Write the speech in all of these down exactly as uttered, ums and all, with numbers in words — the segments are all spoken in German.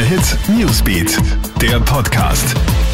Hit Newsbeat, der Podcast.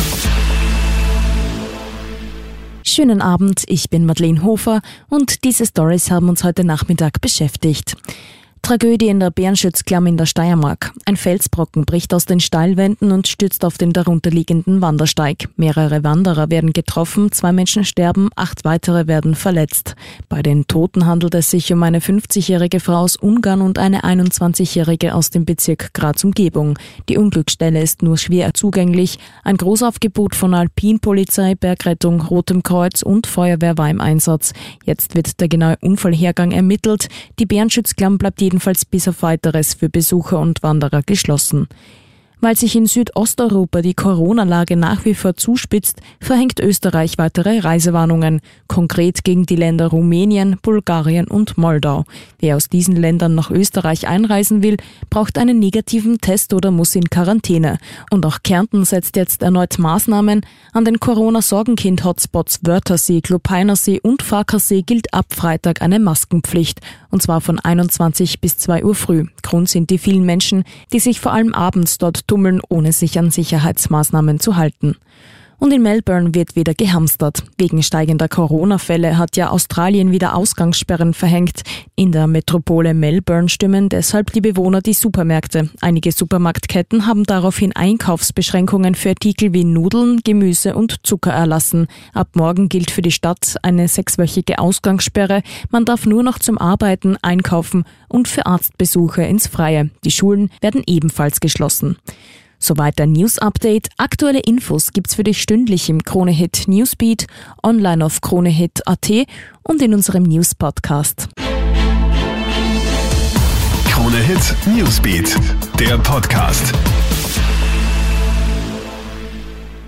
Schönen Abend, ich bin Madeleine Hofer und diese Stories haben uns heute Nachmittag beschäftigt. Tragödie in der Bärenschützklamm in der Steiermark. Ein Felsbrocken bricht aus den Steilwänden und stürzt auf den darunterliegenden Wandersteig. Mehrere Wanderer werden getroffen, zwei Menschen sterben, acht weitere werden verletzt. Bei den Toten handelt es sich um eine fünfzigjährige Frau aus Ungarn und eine einundzwanzigjährige aus dem Bezirk Graz-Umgebung. Die Unglücksstelle ist nur schwer zugänglich. Ein Großaufgebot von Alpinpolizei, Bergrettung, Rotem Kreuz und Feuerwehr war im Einsatz. Jetzt wird der genaue Unfallhergang ermittelt. Die Bärenschützklamm bleibt jedenfalls bis auf Weiteres für Besucher und Wanderer geschlossen. Weil sich in Südosteuropa die Corona-Lage nach wie vor zuspitzt, verhängt Österreich weitere Reisewarnungen, konkret gegen die Länder Rumänien, Bulgarien und Moldau. Wer aus diesen Ländern nach Österreich einreisen will, braucht einen negativen Test oder muss in Quarantäne. Und auch Kärnten setzt jetzt erneut Maßnahmen. An den Corona-Sorgenkind-Hotspots Wörthersee, Klopeinersee und Farkasee gilt ab Freitag eine Maskenpflicht, und zwar von einundzwanzig bis zwei Uhr früh. Grund sind die vielen Menschen, die sich vor allem abends dort tummeln, ohne sich an Sicherheitsmaßnahmen zu halten. Und in Melbourne wird wieder gehamstert. Wegen steigender Corona-Fälle hat ja Australien wieder Ausgangssperren verhängt. In der Metropole Melbourne stürmen deshalb die Bewohner die Supermärkte. Einige Supermarktketten haben daraufhin Einkaufsbeschränkungen für Artikel wie Nudeln, Gemüse und Zucker erlassen. Ab morgen gilt für die Stadt eine sechswöchige Ausgangssperre. Man darf nur noch zum Arbeiten, Einkaufen und für Arztbesuche ins Freie. Die Schulen werden ebenfalls geschlossen. Soweit der News-Update. Aktuelle Infos gibt's für dich stündlich im Krone-Hit Newsbeat, online auf kronehit punkt at und in unserem News-Podcast. Krone-Hit Newsbeat, der Podcast.